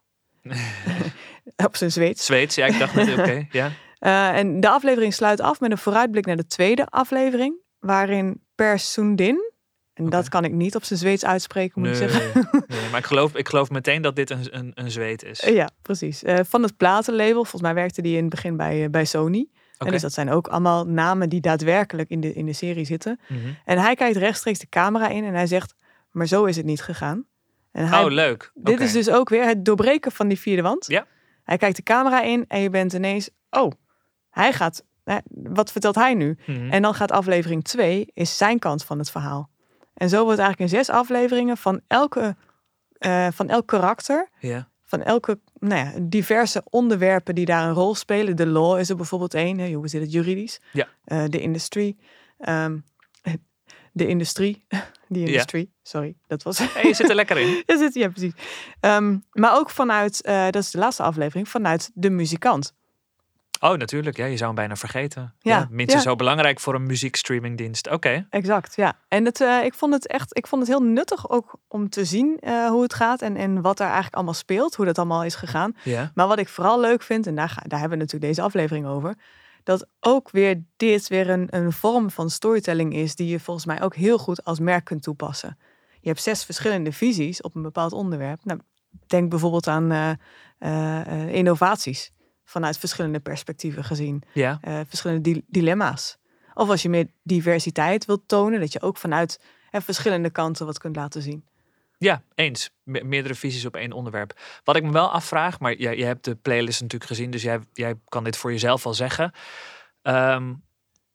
Op zijn Zweeds. Zweeds, ja, ik dacht net, oké, okay, ja. Uh, en de aflevering sluit af met een vooruitblik naar de tweede aflevering, waarin Per Sundin, en okay. dat kan ik niet op zijn Zweeds uitspreken, moet nee, ik zeggen. Nee, maar ik geloof, ik geloof meteen dat dit een, een, een Zweed is. Uh, ja, precies. Uh, van het platenlabel. Volgens mij werkte die in het begin bij, uh, bij Sony. Okay. En dus dat zijn ook allemaal namen die daadwerkelijk in de, in de serie zitten. Mm-hmm. En hij kijkt rechtstreeks de camera in en hij zegt, maar zo is het niet gegaan. En hij, oh, leuk. Dit okay. is dus ook weer het doorbreken van die vierde wand. Ja. Hij kijkt de camera in en je bent ineens, oh, hij gaat, hè, wat vertelt hij nu? Mm-hmm. En dan gaat aflevering twee, is zijn kant van het verhaal. En zo wordt eigenlijk in zes afleveringen van elke, uh, van elk karakter, ja. van elke nou ja, diverse onderwerpen die daar een rol spelen. De law is er bijvoorbeeld één, hè, hoe zit het juridisch? Ja. Uh, de industrie. Um, de industrie. Die industrie, ja. Sorry, dat was... Hey, je zit er lekker in. Je zit, ja, precies. Um, maar ook vanuit, uh, dat is de laatste aflevering, vanuit de muzikant. Oh, natuurlijk. Ja, je zou hem bijna vergeten. Ja, ja minstens ja. zo belangrijk voor een muziekstreamingdienst. Oké. Okay. Exact, ja. En het, uh, ik vond het echt, ik vond het heel nuttig ook om te zien uh, hoe het gaat en, en wat er eigenlijk allemaal speelt, hoe dat allemaal is gegaan. Ja. Maar wat ik vooral leuk vind, en daar, ga, daar hebben we natuurlijk deze aflevering over, dat ook weer dit weer een, een vorm van storytelling is die je volgens mij ook heel goed als merk kunt toepassen. Je hebt zes verschillende visies op een bepaald onderwerp. Nou, denk bijvoorbeeld aan uh, uh, innovaties. Vanuit verschillende perspectieven gezien. Ja. Uh, verschillende di- dilemma's. Of als je meer diversiteit wilt tonen, dat je ook vanuit hè, verschillende kanten wat kunt laten zien. Ja, eens. Me- meerdere visies op één onderwerp. Wat ik me wel afvraag, maar jij, jij hebt de playlist natuurlijk gezien, dus jij, jij kan dit voor jezelf wel zeggen. Um,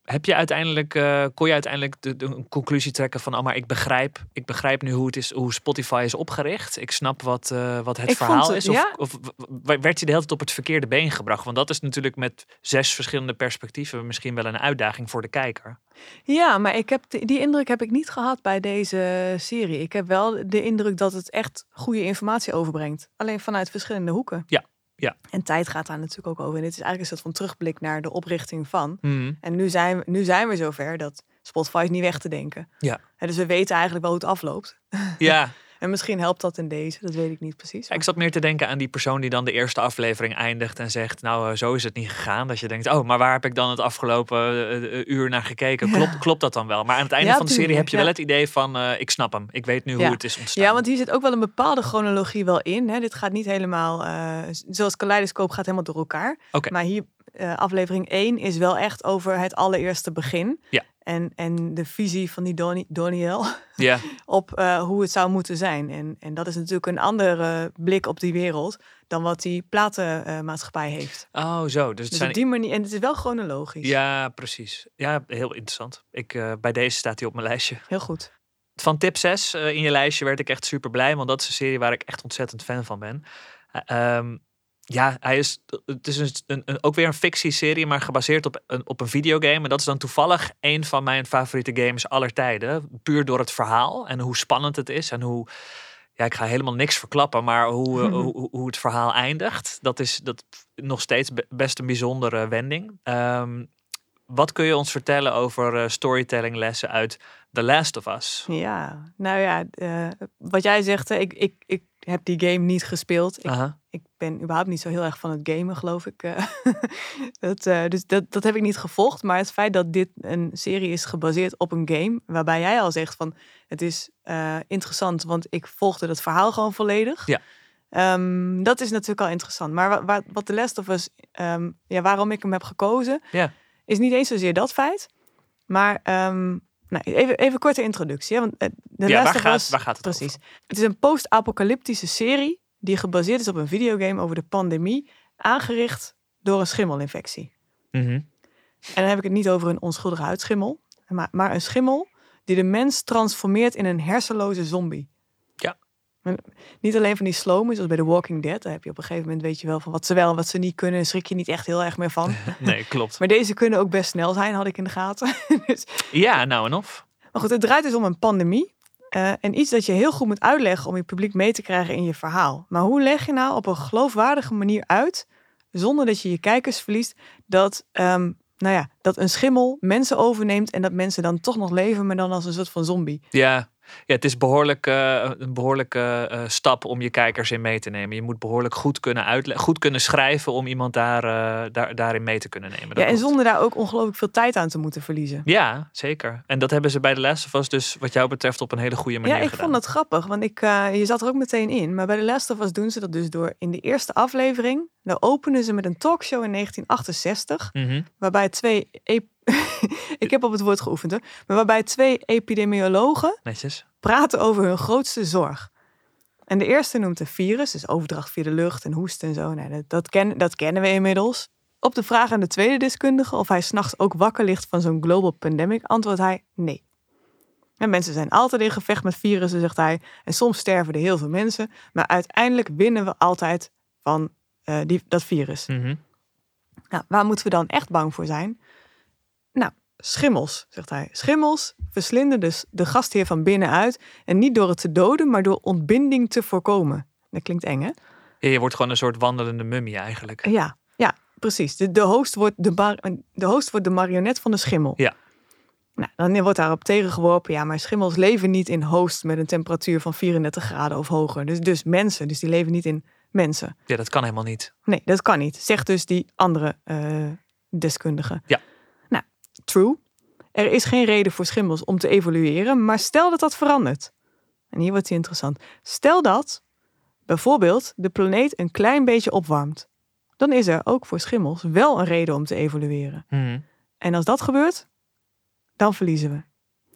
Heb je uiteindelijk, uh, kon je uiteindelijk de, de een conclusie trekken van, oh, maar ik begrijp, ik begrijp nu hoe het is, hoe Spotify is opgericht. Ik snap wat, uh, wat het ik verhaal het, is. Of, ja? of werd je de hele tijd op het verkeerde been gebracht? Want dat is natuurlijk met zes verschillende perspectieven misschien wel een uitdaging voor de kijker. Ja, maar ik heb de, die indruk heb ik niet gehad bij deze serie. Ik heb wel de indruk dat het echt goede informatie overbrengt. Alleen vanuit verschillende hoeken. Ja. Ja. En tijd gaat daar natuurlijk ook over. En dit is eigenlijk een soort van terugblik naar de oprichting van. Mm. En nu zijn, we, nu zijn we zover dat Spotify is niet weg te denken. Ja. En dus we weten eigenlijk wel hoe het afloopt. Ja. En misschien helpt dat in deze, dat weet ik niet precies. Ja, ik zat meer te denken aan die persoon die dan de eerste aflevering eindigt en zegt, nou, uh, zo is het niet gegaan. Dat je denkt, oh, maar waar heb ik dan het afgelopen uh, uur naar gekeken? Klopt, ja. klopt dat dan wel? Maar aan het einde ja, van de serie heb je ja. wel het idee van, uh, ik snap hem. Ik weet nu ja. hoe het is ontstaan. Ja, want hier zit ook wel een bepaalde chronologie wel in. Hè. Dit gaat niet helemaal, uh, zoals Kaleidoscoop gaat helemaal door elkaar. Okay. Maar hier, uh, aflevering één is wel echt over het allereerste begin. Ja. En, en de visie van die Donnie, Doniel ja. op uh, hoe het zou moeten zijn. En, en dat is natuurlijk een andere blik op die wereld dan wat die platenmaatschappij uh, heeft. Oh, zo. Dus, het dus zijn... op die manier, en het is wel chronologisch. Ja, precies. Ja, heel interessant. Ik, uh, bij deze staat hij op mijn lijstje. Heel goed. Van tip zes uh, in je lijstje werd ik echt super blij, want dat is een serie waar ik echt ontzettend fan van ben. Uh, um, Ja, hij is, het is een, een, een, ook weer een fictieserie, maar gebaseerd op een, op een videogame. En dat is dan toevallig een van mijn favoriete games aller tijden. Puur door het verhaal en hoe spannend het is. En hoe, ja, ik ga helemaal niks verklappen, maar hoe, uh, hoe, hoe het verhaal eindigt. Dat is dat nog steeds best een bijzondere wending. Um, wat kun je ons vertellen over uh, storytellinglessen uit The Last of Us? Ja, nou ja, uh, wat jij zegt, ik, ik, ik heb die game niet gespeeld. Ik, ik ben überhaupt niet zo heel erg van het gamen, geloof ik. Uh, dat, uh, dus dat, dat heb ik niet gevolgd. Maar het feit dat dit een serie is gebaseerd op een game, waarbij jij al zegt van, het is uh, interessant, want ik volgde het verhaal gewoon volledig. Ja. Um, dat is natuurlijk al interessant. Maar wa- wa- wat The Last of Us, um, ja, waarom ik hem heb gekozen, ja. is niet eens zozeer dat feit. Maar um, nou, even, even een korte introductie. Hè? Want, uh, de ja, Last waar, of gaat, Us, waar gaat het precies. over? Het is een post-apocalyptische serie die gebaseerd is op een videogame over de pandemie, aangericht door een schimmelinfectie. Mm-hmm. En dan heb ik het niet over een onschuldige huidschimmel, maar, maar een schimmel die de mens transformeert in een hersenloze zombie. Ja. En niet alleen van die slomen, zoals bij The Walking Dead. Daar heb je op een gegeven moment, weet je wel, van wat ze wel en wat ze niet kunnen, schrik je niet echt heel erg meer van. Nee, klopt. Maar deze kunnen ook best snel zijn, had ik in de gaten. dus... Ja, nou en of. Maar goed, het draait dus om een pandemie. Uh, en iets dat je heel goed moet uitleggen om je publiek mee te krijgen in je verhaal. Maar hoe leg je nou op een geloofwaardige manier uit, zonder dat je je kijkers verliest, dat, um, nou ja, dat een schimmel mensen overneemt en dat mensen dan toch nog leven, maar dan als een soort van zombie. Ja. Ja, het is behoorlijk, uh, een behoorlijke uh, stap om je kijkers in mee te nemen. Je moet behoorlijk goed kunnen uitleggen, goed kunnen schrijven om iemand daar, uh, daar, daarin mee te kunnen nemen. Dat ja, en klopt. zonder daar ook ongelooflijk veel tijd aan te moeten verliezen. Ja, zeker. En dat hebben ze bij The Last of Us dus wat jou betreft op een hele goede manier gedaan. Ja, ik gedaan. vond dat grappig, want ik, uh, je zat er ook meteen in. Maar bij The Last of Us doen ze dat dus door in de eerste aflevering, daar openen ze met een talkshow in negentien achtenzestig, Mm-hmm. waarbij twee... Ep- ik heb op het woord geoefend, hoor. Maar waarbij twee epidemiologen Netjes. praten over hun grootste zorg. En de eerste noemt een virus, dus overdracht via de lucht en hoesten en zo. Nou, dat, dat, ken, dat kennen we inmiddels. Op de vraag aan de tweede deskundige of hij 's nachts ook wakker ligt van zo'n global pandemic, antwoordt hij nee. En mensen zijn altijd in gevecht met virussen, zegt hij. En soms sterven er heel veel mensen. Maar uiteindelijk winnen we altijd van uh, die, dat virus. Mm-hmm. Nou, waar moeten we dan echt bang voor zijn? Nou, schimmels, zegt hij. Schimmels verslinden dus de gastheer van binnenuit. En niet door het te doden, maar door ontbinding te voorkomen. Dat klinkt eng, hè? Ja, je wordt gewoon een soort wandelende mummie eigenlijk. Ja, ja, precies. De, de, host wordt de, bar, de host wordt de marionet van de schimmel. Ja. Nou, dan wordt daarop tegengeworpen. Ja, maar schimmels leven niet in host met een temperatuur van vierendertig graden of hoger. Dus, dus mensen, dus die leven niet in mensen. Ja, dat kan helemaal niet. Nee, dat kan niet. Zegt dus die andere uh, deskundige. Ja. Nou, true. Er is geen reden voor schimmels om te evolueren, maar stel dat dat verandert. En hier wordt het interessant. Stel dat bijvoorbeeld de planeet een klein beetje opwarmt. Dan is er ook voor schimmels wel een reden om te evolueren. Mm-hmm. En als dat gebeurt, dan verliezen we.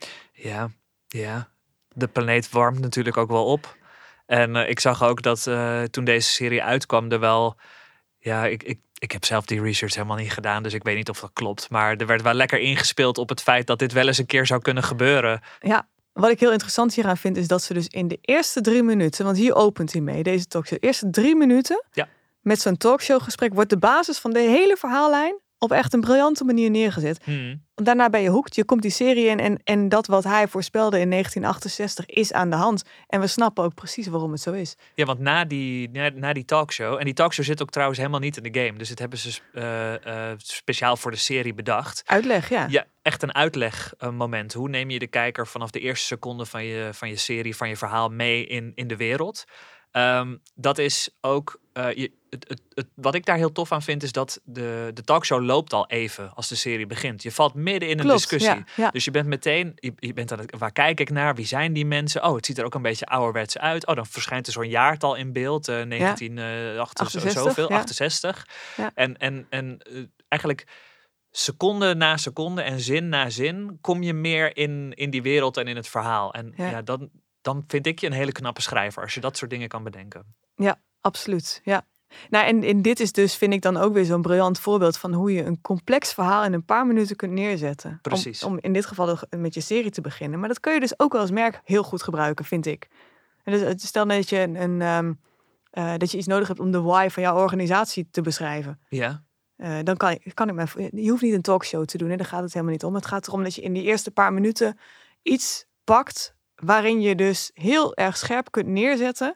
Ja, ja. De planeet warmt natuurlijk ook wel op. En uh, ik zag ook dat uh, toen deze serie uitkwam er wel... Ja, ik, ik, Ik heb zelf die research helemaal niet gedaan, dus ik weet niet of dat klopt. Maar er werd wel lekker ingespeeld op het feit dat dit wel eens een keer zou kunnen gebeuren. Ja, wat ik heel interessant hieraan vind, is dat ze dus in de eerste drie minuten, want hier opent hij mee, deze talkshow, de eerste drie minuten Ja. met zo'n talkshowgesprek wordt de basis van de hele verhaallijn op echt een briljante manier neergezet. Hmm. Daarna ben je hoekt, je komt die serie in en, en dat wat hij voorspelde in negentien achtenzestig is aan de hand. En we snappen ook precies waarom het zo is. Ja, want na die, na, na die talkshow, en die talkshow zit ook trouwens helemaal niet in de game. Dus het hebben ze uh, uh, speciaal voor de serie bedacht. Uitleg, ja. Ja, echt een uitlegmoment. Hoe neem je de kijker vanaf de eerste seconde van je, van je serie, van je verhaal mee in, in de wereld? Um, dat is ook, uh, je, het, het, het, wat ik daar heel tof aan vind, is dat de, de talkshow loopt al even als de serie begint. Je valt midden in een Klopt, discussie. Ja, ja. Dus je bent meteen, je, je bent aan het, waar kijk ik naar? Wie zijn die mensen? Oh, het ziet er ook een beetje ouderwets uit. Oh, dan verschijnt er zo'n jaartal in beeld. Uh, negentien achtenzestig, zoveel, ja. achtenzestig. Ja. En, en, en uh, eigenlijk seconde na seconde en zin na zin kom je meer in, in die wereld en in het verhaal. En ja, ja dan... dan vind ik je een hele knappe schrijver als je dat soort dingen kan bedenken. Ja, absoluut. Ja. Nou, en, en dit is dus, vind ik dan ook weer zo'n briljant voorbeeld van hoe je een complex verhaal in een paar minuten kunt neerzetten. Precies. Om, om in dit geval met je serie te beginnen. Maar dat kun je dus ook wel als merk heel goed gebruiken, vind ik. En dus, stel dat je, een, een, um, uh, dat je iets nodig hebt om de why van jouw organisatie te beschrijven. Ja. Uh, dan kan, kan ik me... Je hoeft niet een talkshow te doen, hè? Daar gaat het helemaal niet om. Het gaat erom dat je in die eerste paar minuten iets pakt waarin je dus heel erg scherp kunt neerzetten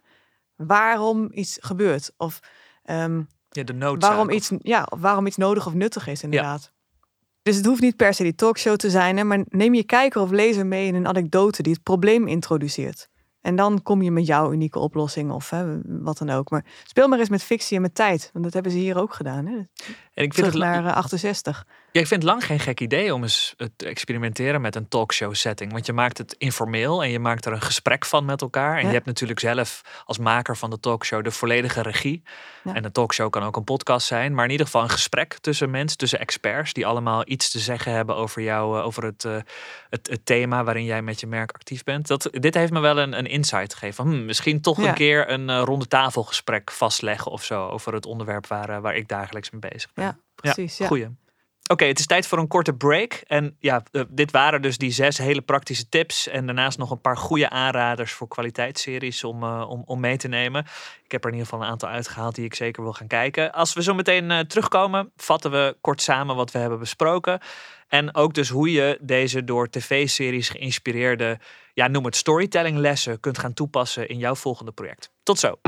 waarom iets gebeurt. Of um, ja, de noodzaak. Waarom iets, ja, waarom iets nodig of nuttig is, inderdaad. Ja. Dus het hoeft niet per se die talkshow te zijn, hè, maar neem je kijker of lezer mee in een anekdote die het probleem introduceert. En dan kom je met jouw unieke oplossing of hè, wat dan ook. Maar speel maar eens met fictie en met tijd. Want dat hebben ze hier ook gedaan. Hè? En ik vind Terug het naar uh, achtenzestig. Ja, ik vind het lang geen gek idee om eens te experimenteren met een talkshow setting. Want je maakt het informeel en je maakt er een gesprek van met elkaar. En ja. je hebt natuurlijk zelf als maker van de talkshow de volledige regie. Ja. En een talkshow kan ook een podcast zijn. Maar in ieder geval een gesprek tussen mensen, tussen experts. Die allemaal iets te zeggen hebben over jou, over het, uh, het, het thema waarin jij met je merk actief bent. Dat, dit heeft me wel een, een insight gegeven. Van, hmm, misschien toch ja. een keer een uh, ronde tafelgesprek vastleggen of zo. Over het onderwerp waar, uh, waar ik dagelijks mee bezig ben. Ja, precies. Ja, goeie. Oké, okay, het is tijd voor een korte break. En ja, uh, dit waren dus die zes hele praktische tips. En daarnaast nog een paar goede aanraders voor kwaliteitsseries om, uh, om, om mee te nemen. Ik heb er in ieder geval een aantal uitgehaald die ik zeker wil gaan kijken. Als we zo meteen uh, terugkomen, vatten we kort samen wat we hebben besproken. En ook dus hoe je deze door tv-series geïnspireerde, ja, noem het storytelling lessen, kunt gaan toepassen in jouw volgende project. Tot zo!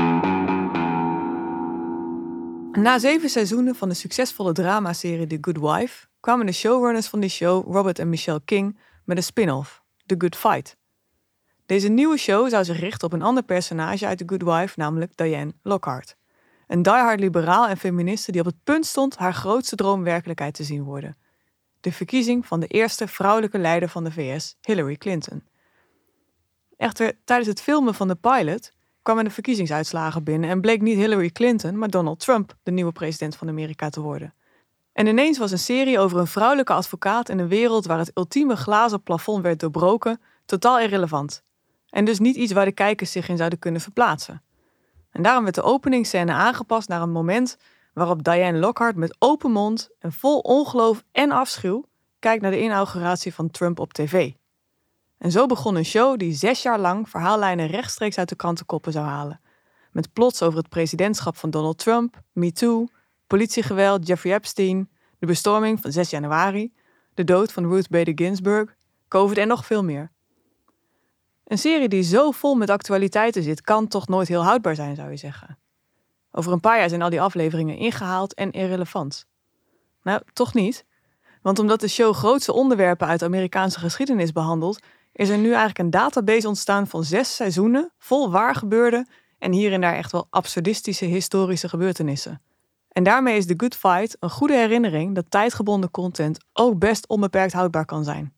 Na zeven seizoenen van de succesvolle dramaserie The Good Wife kwamen de showrunners van die show, Robert en Michelle King, met een spin-off, The Good Fight. Deze nieuwe show zou zich richten op een ander personage uit The Good Wife, namelijk Diane Lockhart. Een diehard liberaal en feministe die op het punt stond haar grootste droom werkelijkheid te zien worden. De verkiezing van de eerste vrouwelijke leider van de V S, Hillary Clinton. Echter, tijdens het filmen van de pilot kwamen de verkiezingsuitslagen binnen en bleek niet Hillary Clinton, maar Donald Trump de nieuwe president van Amerika te worden. En ineens was een serie over een vrouwelijke advocaat in een wereld waar het ultieme glazen plafond werd doorbroken, totaal irrelevant. En dus niet iets waar de kijkers zich in zouden kunnen verplaatsen. En daarom werd de openingsscène aangepast naar een moment waarop Diane Lockhart met open mond en vol ongeloof en afschuw kijkt naar de inauguratie van Trump op tv. En zo begon een show die zes jaar lang verhaallijnen rechtstreeks uit de krantenkoppen zou halen. Met plots over het presidentschap van Donald Trump, Me Too, politiegeweld, Jeffrey Epstein, de bestorming van zes januari, de dood van Ruth Bader Ginsburg, COVID en nog veel meer. Een serie die zo vol met actualiteiten zit, kan toch nooit heel houdbaar zijn, zou je zeggen. Over een paar jaar zijn al die afleveringen ingehaald en irrelevant. Nou, toch niet. Want omdat de show grootse onderwerpen uit de Amerikaanse geschiedenis behandelt, is er nu eigenlijk een database ontstaan van zes seizoenen vol waargebeurde en hier en daar echt wel absurdistische historische gebeurtenissen. En daarmee is The Good Fight een goede herinnering dat tijdgebonden content ook best onbeperkt houdbaar kan zijn.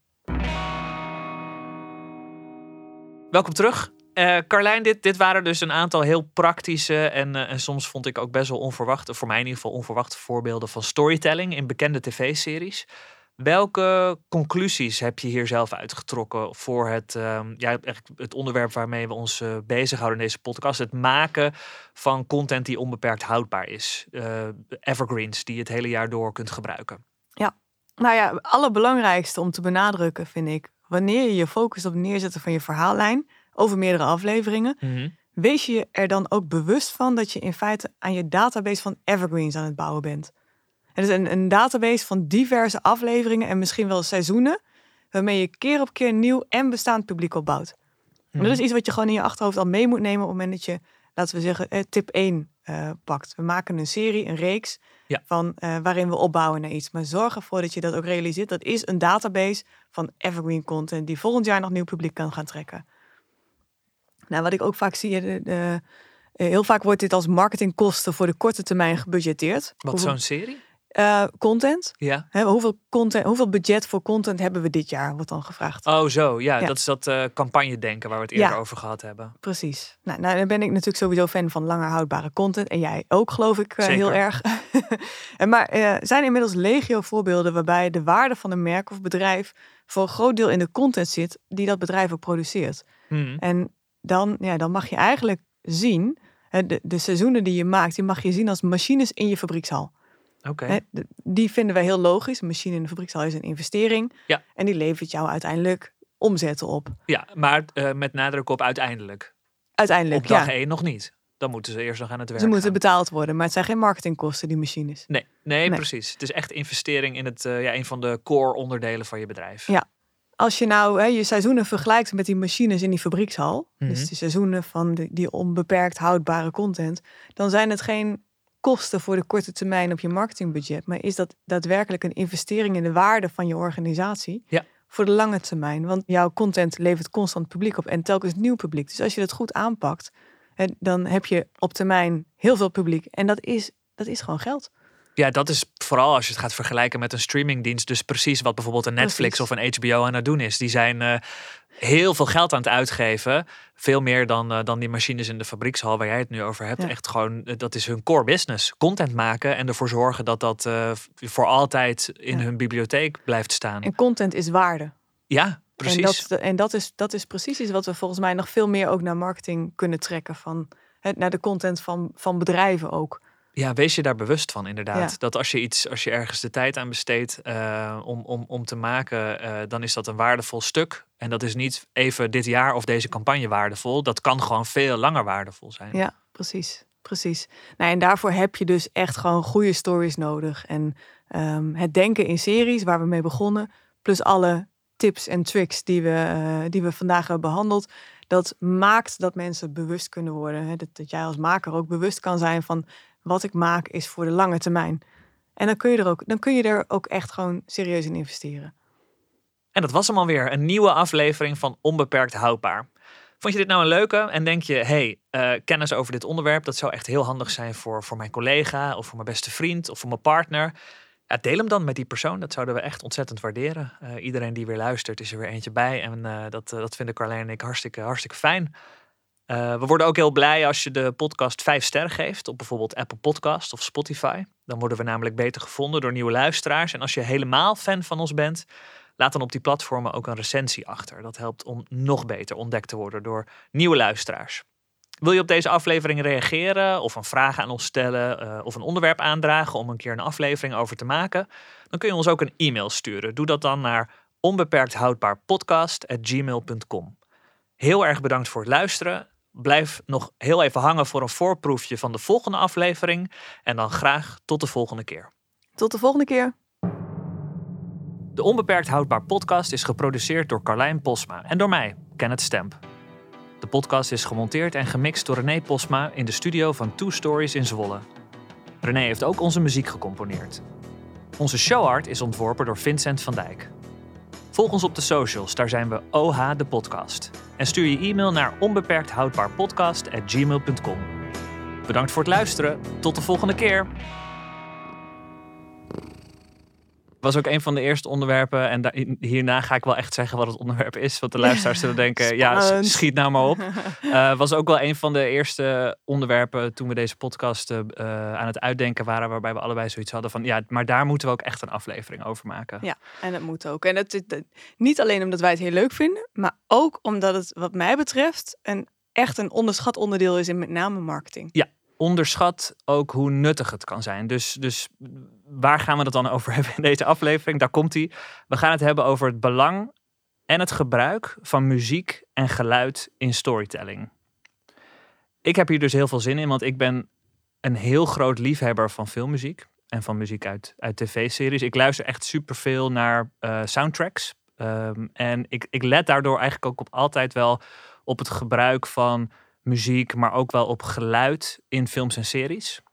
Welkom terug. Uh, Carlijn, dit, dit waren dus een aantal heel praktische en, uh, en soms vond ik ook best wel onverwachte, voor mij in ieder geval onverwachte voorbeelden van storytelling in bekende tv-series. Welke conclusies heb je hier zelf uitgetrokken voor het, um, ja, het onderwerp waarmee we ons uh, bezighouden in deze podcast? Het maken van content die onbeperkt houdbaar is. Uh, evergreens die je het hele jaar door kunt gebruiken. Ja, nou ja, het allerbelangrijkste om te benadrukken vind ik, wanneer je je focust op het neerzetten van je verhaallijn over meerdere afleveringen, Mm-hmm. wees je er dan ook bewust van dat je in feite aan je database van evergreens aan het bouwen bent. Het is een, een database van diverse afleveringen en misschien wel seizoenen, waarmee je keer op keer nieuw en bestaand publiek opbouwt. Mm-hmm. En dat is iets wat je gewoon in je achterhoofd al mee moet nemen op het moment dat je, laten we zeggen, eh, tip één uh, pakt. We maken een serie, een reeks, ja. van, uh, waarin we opbouwen naar iets. Maar zorg ervoor dat je dat ook realiseert. Dat is een database van evergreen content die volgend jaar nog nieuw publiek kan gaan trekken. Nou, wat ik ook vaak zie, de, de, uh, heel vaak wordt dit als marketingkosten voor de korte termijn gebudgeteerd. Wat, hoeveel, zo'n serie? Uh, content. Ja. He, hoeveel content, hoeveel budget voor content hebben we dit jaar, wordt dan gevraagd. Oh zo, ja, ja. dat is dat uh, campagnedenken waar we het eerder ja. over gehad hebben. Precies. Nou, nou, dan ben ik natuurlijk sowieso fan van langer houdbare content. En jij ook, geloof ik, uh, heel erg. en maar er uh, zijn inmiddels legio voorbeelden waarbij de waarde van een merk of bedrijf voor een groot deel in de content zit die dat bedrijf ook produceert. Hmm. En dan, ja, dan mag je eigenlijk zien, de, de seizoenen die je maakt, die mag je zien als machines in je fabriekshal. Okay. He, die vinden wij heel logisch. Een machine in de fabriekshal is een investering. Ja. En die levert jou uiteindelijk omzetten op. Ja, maar uh, met nadruk op uiteindelijk. Uiteindelijk, op dag ja. één nog niet. Dan moeten ze eerst nog aan het werk Ze moeten gaan. betaald worden, maar het zijn geen marketingkosten, die machines. Nee, nee, nee. precies. Het is echt investering in het, uh, ja, een van de core onderdelen van je bedrijf. Ja. Als je nou he, je seizoenen vergelijkt met die machines in die fabriekshal, mm-hmm. dus die seizoenen van die, die onbeperkt houdbare content, dan zijn het geen kosten voor de korte termijn op je marketingbudget, maar is dat daadwerkelijk een investering in de waarde van je organisatie ja. voor de lange termijn. Want jouw content levert constant publiek op en telkens nieuw publiek. Dus als je dat goed aanpakt, dan heb je op termijn heel veel publiek en dat is, dat is gewoon geld. Ja, dat is vooral als je het gaat vergelijken met een streamingdienst. Dus precies wat bijvoorbeeld een Netflix precies. of een H B O aan het doen is. Die zijn uh, heel veel geld aan het uitgeven. Veel meer dan, uh, dan die machines in de fabriekshal waar jij het nu over hebt. Ja. Echt gewoon, uh, dat is hun core business. Content maken en ervoor zorgen dat dat uh, voor altijd in ja. hun bibliotheek blijft staan. En content is waarde. Ja, precies. En, dat, en dat, is, dat is precies iets wat we volgens mij nog veel meer ook naar marketing kunnen trekken. Van, he, naar de content van, van bedrijven ook. Ja, wees je daar bewust van inderdaad. Ja. Dat als je iets, als je ergens de tijd aan besteedt uh, om, om, om te maken, uh, dan is dat een waardevol stuk. En dat is niet even dit jaar of deze campagne waardevol. Dat kan gewoon veel langer waardevol zijn. Ja, precies. Precies. Nou, en daarvoor heb je dus echt gewoon goede stories nodig. En um, het denken in series, waar we mee begonnen, plus alle tips en tricks die we, uh, die we vandaag hebben behandeld, dat maakt dat mensen bewust kunnen worden. Hè? Dat, dat jij als maker ook bewust kan zijn van wat ik maak is voor de lange termijn. En dan kun je er ook, dan kun je er ook echt gewoon serieus in investeren. En dat was hem alweer. Een nieuwe aflevering van Onbeperkt Houdbaar. Vond je dit nou een leuke? En denk je, hey, uh, kennis over dit onderwerp, dat zou echt heel handig zijn voor, voor mijn collega of voor mijn beste vriend of voor mijn partner. Ja, deel hem dan met die persoon. Dat zouden we echt ontzettend waarderen. Uh, iedereen die weer luistert is er weer eentje bij. En uh, dat, uh, dat vinden Carlijn en ik hartstikke, hartstikke fijn. Uh, we worden ook heel blij als je de podcast vijf sterren geeft op bijvoorbeeld Apple Podcast of Spotify. Dan worden we namelijk beter gevonden door nieuwe luisteraars. En als je helemaal fan van ons bent, laat dan op die platformen ook een recensie achter. Dat helpt om nog beter ontdekt te worden door nieuwe luisteraars. Wil je op deze aflevering reageren of een vraag aan ons stellen uh, of een onderwerp aandragen om een keer een aflevering over te maken? Dan kun je ons ook een e-mail sturen. Doe dat dan naar onbeperkthoudbaarpodcast at gmail punt com. Heel erg bedankt voor het luisteren. Blijf nog heel even hangen voor een voorproefje van de volgende aflevering. En dan graag tot de volgende keer. Tot de volgende keer. De Onbeperkt Houdbaar podcast is geproduceerd door Carlijn Posma en door mij, Kenneth Stemp. De podcast is gemonteerd en gemixt door René Posma in de studio van Two Stories in Zwolle. René heeft ook onze muziek gecomponeerd. Onze showart is ontworpen door Vincent van Dijk. Volg ons op de socials, daar zijn we O H de podcast. En stuur je e-mail naar onbeperkthoudbaarpodcast at gmail punt com. Bedankt voor het luisteren. Tot de volgende keer. was ook een van de eerste onderwerpen. En da- hierna ga ik wel echt zeggen wat het onderwerp is. Want de luisteraars zullen denken, ja, Spannend. s- schiet nou maar op. Uh, was ook wel een van de eerste onderwerpen toen we deze podcast uh, aan het uitdenken waren. Waarbij we allebei zoiets hadden van, ja, maar daar moeten we ook echt een aflevering over maken. Ja, en dat moet ook. En dat, dat, dat- niet alleen omdat wij het heel leuk vinden, maar ook omdat het wat mij betreft een, echt een onderschat onderdeel is in met name marketing. Ja. Onderschat ook hoe nuttig het kan zijn. Dus, dus waar gaan we het dan over hebben in deze aflevering? Daar komt ie. We gaan het hebben over het belang en het gebruik van muziek en geluid in storytelling. Ik heb hier dus heel veel zin in, want ik ben een heel groot liefhebber van filmmuziek en van muziek uit, uit tv-series. Ik luister echt superveel naar uh, soundtracks. Um, en ik, ik let daardoor eigenlijk ook op altijd wel op het gebruik van muziek, maar ook wel op geluid in films en series.